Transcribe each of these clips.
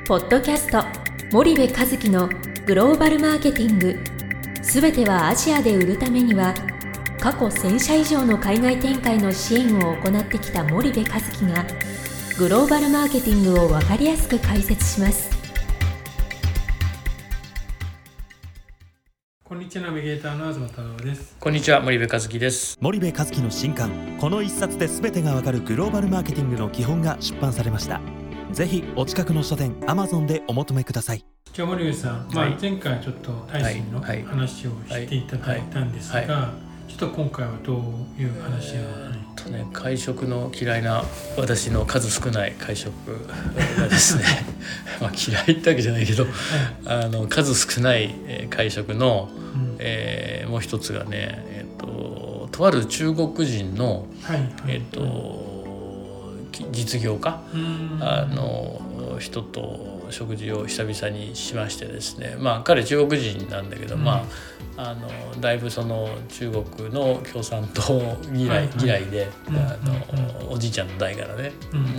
ポッドキャスト森部一樹のグローバルマーケティング、すべてはアジアで売るためには、過去1000社以上の海外展開の支援を行ってきた森部一樹がグローバルマーケティングを分かりやすく解説します。 こんにちは、ナビゲーターの東太郎です。 こんにちは、森部一樹です。 森部一樹の新刊、この一冊で全てがわかるグローバルマーケティングの基本が出版されました。ぜひお近くの書店 Amazon でお求めください。 じゃあ森部さん、前回ちょっと大臣の話をしていただいたんですが、ちょっと今回はどういう話を、 会食の嫌いな私の数少ない会食がですね嫌いってわけじゃないけど、数少ない会食の、もう一つがね、とある中国人の、実業家人と食事を久々にしましてですね、彼中国人なんだけど、だいぶその中国の共産党嫌いで、おじいちゃんの代からね、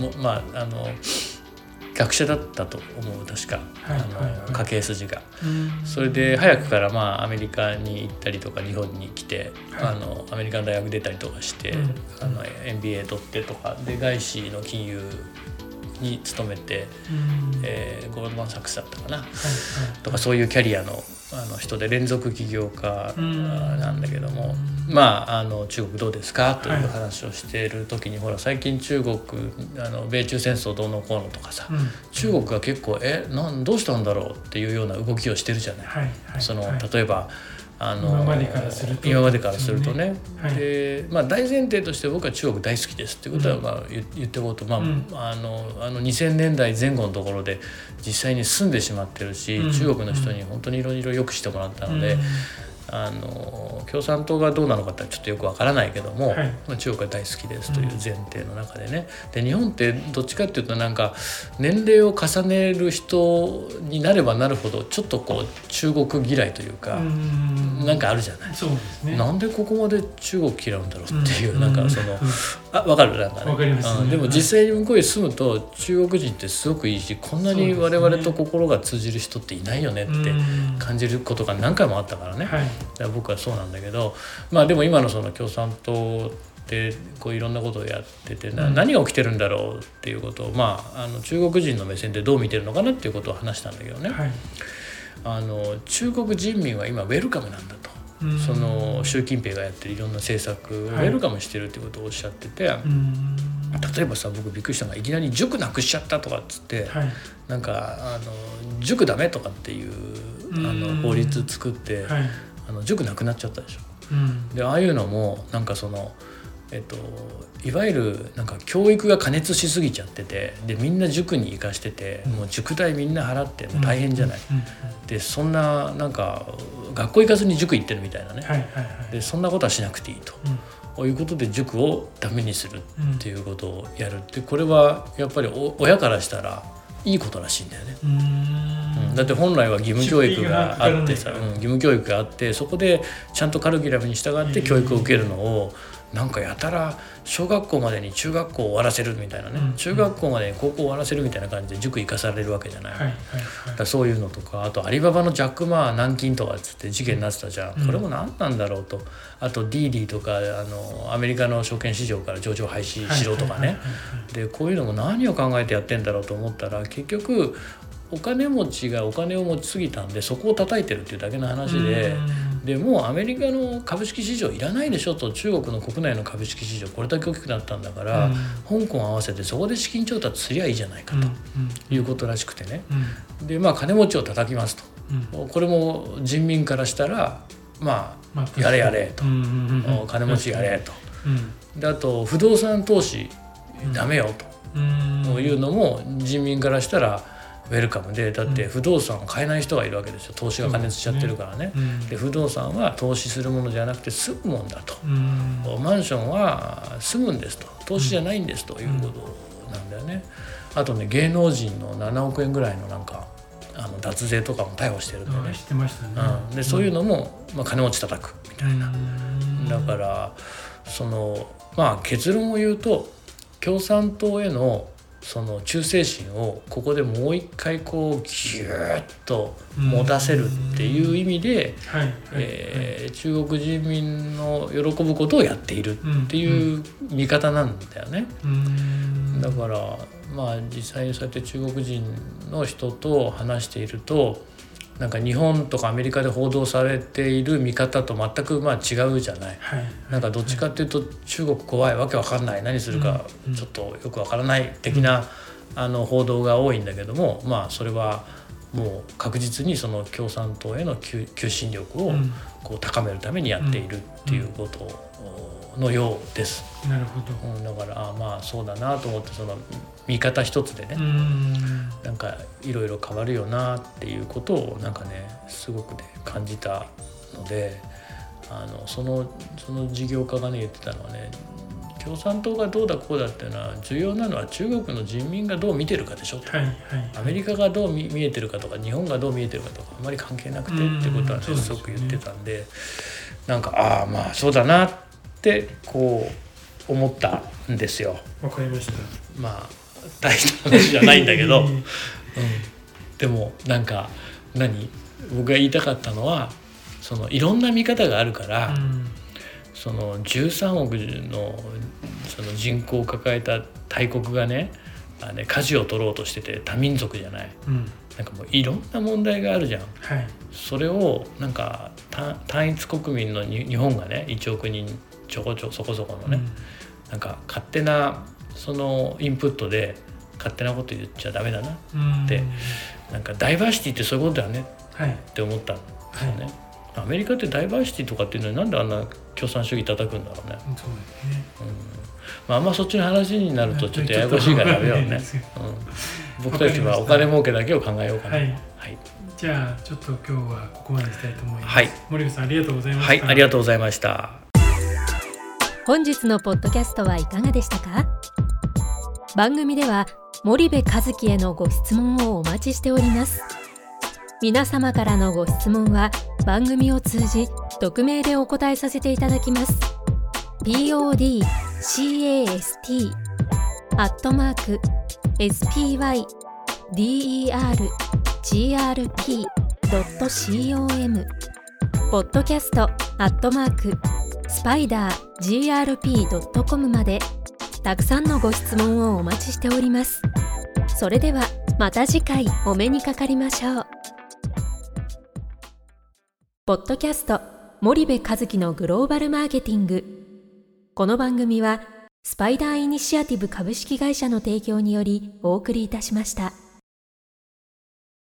学者だったと思う、確か家系筋が、それで早くからアメリカに行ったりとか日本に来て、アメリカの大学出たりとかして、MBA 取ってとかで外資の金融に勤めて、ゴールドマンサックスだったかな、とかそういうキャリアの人で連続起業家なんだけども、中国どうですかという話をしている時に、ほら最近中国米中戦争どうのこうのとかさ、中国が結構どうしたんだろうっていうような動きをしてるじゃない、例えば今までからするとね、で大前提として僕は中国大好きですっていうことは言っておこうと、2000年代前後のところで実際に住んでしまってるし、中国の人に本当にいろいろよくしてもらったので、共産党がどうなのかってちょっとよくわからないけども、中国が大好きですという前提の中でね、で日本ってどっちかっていうと年齢を重ねる人になればなるほどちょっと中国嫌いというか、あるじゃない。そうですね。なんでここまで中国嫌うんだろうっていう、分かる？ わかりますね。 でも実際に向こうに住むと中国人ってすごくいいし、こんなに我々と心が通じる人っていないよねって感じることが何回もあったからね。僕はそうなんだけど、でも今のその共産党っていろんなことをやってて、何が起きてるんだろうっていうことを、中国人の目線でどう見てるのかなっていうことを話したんだけどね、中国人民は今ウェルカムなんだと、その習近平がやってるいろんな政策をウェルカムしてるっていうことをおっしゃってて、例えばさ、僕びっくりしたのがいきなり塾なくしちゃったとかっつって、塾ダメとかっていう法律作って、塾なくなっちゃったでしょ、でああいうのもいわゆる教育が過熱しすぎちゃってて、でみんな塾に行かしてて、もう塾代みんな払ってもう大変じゃない、でそんな学校行かずに塾行ってるみたいなね、でそんなことはしなくていいと、いうことで塾をダメにするっていうことをやるって、これはやっぱり親からしたらいいことらしいんだよね。だって本来は義務教育があってさ、義務教育があって、そこでちゃんとカリキュラムに従って教育を受けるのを、やたら小学校までに中学校を終わらせるみたいなね、中学校までに高校を終わらせるみたいな感じで塾行かされるわけじゃない、だそういうのとか、あとアリババのジャック・マー軟禁とかっつって事件になってたじゃん、これも何なんだろうと、あとディーディとかアメリカの証券市場から上場廃止しろとかね、でこういうのも何を考えてやってんだろうと思ったら、結局お金持ちがお金を持ちすぎたんでそこを叩いてるっていうだけの話で、でもうアメリカの株式市場いらないでしょと、中国の国内の株式市場これだけ大きくなったんだから、香港合わせてそこで資金調達すりゃいいじゃないかということらしくてね、で金持ちを叩きますと、これも人民からしたらやれやれと、金持ちやれと、であと不動産投資ダメよというのも人民からしたらウェルカムで、だって不動産を買えない人がいるわけですよ、投資が過熱しちゃってるからね、で不動産は投資するものじゃなくて住むもんだと、マンションは住むんですと、投資じゃないんですということなんだよね。あとね、芸能人の7億円ぐらいの脱税とかも逮捕してるんでね、 知ってましたね、 でそういうのも、金持ち叩くみたいな、だから結論を言うと共産党へのその忠誠心をここでもう一回こうギューッと持たせるっていう意味で、中国人民の喜ぶことをやっているっていう見方なんだよね。だからまあ実際にそうやって中国人の人と話していると、なんか日本とかアメリカで報道されている見方と全くまあ違うじゃない、なんかどっちかっていうと中国怖い、わけわかんない、何するかちょっとよくわからない的な報道が多いんだけども、まあそれはもう確実にその共産党への求心力をこう高めるためにやっているっていうことのようです。 なるほど。 だからまあそうだなと思って、その見方一つでね、なんかいろいろ変わるよなっていうことをなんかねすごくね感じたので、その事業家がね言ってたのはね、共産党がどうだこうだっていうのは重要なのは中国の人民がどう見てるかでしょと、アメリカがどう見えてるかとか日本がどう見えてるかとかあんまり関係なくてってことはねすごく言ってたんで、なんかまあそうだなってこう思ったんですよ。 わかりました。 まあ大した話じゃないんだけど、でもなんか僕が言いたかったのは、そのいろんな見方があるから、その13億のその人口を抱えた大国がね舵を取ろうとしてて多民族じゃない、なんかもういろんな問題があるじゃん、それをなんか単一国民の日本がね1億人そこそこのね、なんか勝手なそのインプットで勝手なこと言っちゃダメだなって、なんかダイバーシティってそういうことだよねって思ったんですよね。アメリカってダイバーシティとかっていうのになんであんな共産主義叩くんだろうね。 そうですね。 あんまそっちの話になるとちょっとややこしいからやめようね。僕たちはお金儲けだけを考えようかな。 じゃあちょっと今日はここまでしたいと思います。森口さんありがとうございました。 ありがとうございました。 本日のポッドキャストはいかがでしたか？番組では森部一樹へのご質問をお待ちしております。皆様からのご質問は番組を通じ匿名でお答えさせていただきます。podcast@spydergrp.com podcast@spidergrp.com までたくさんのご質問をお待ちしております。それではまた次回お目にかかりましょう。ポッドキャスト森部一樹のグローバルマーケティング。この番組はスパイダーイニシアティブ株式会社の提供によりお送りいたしました。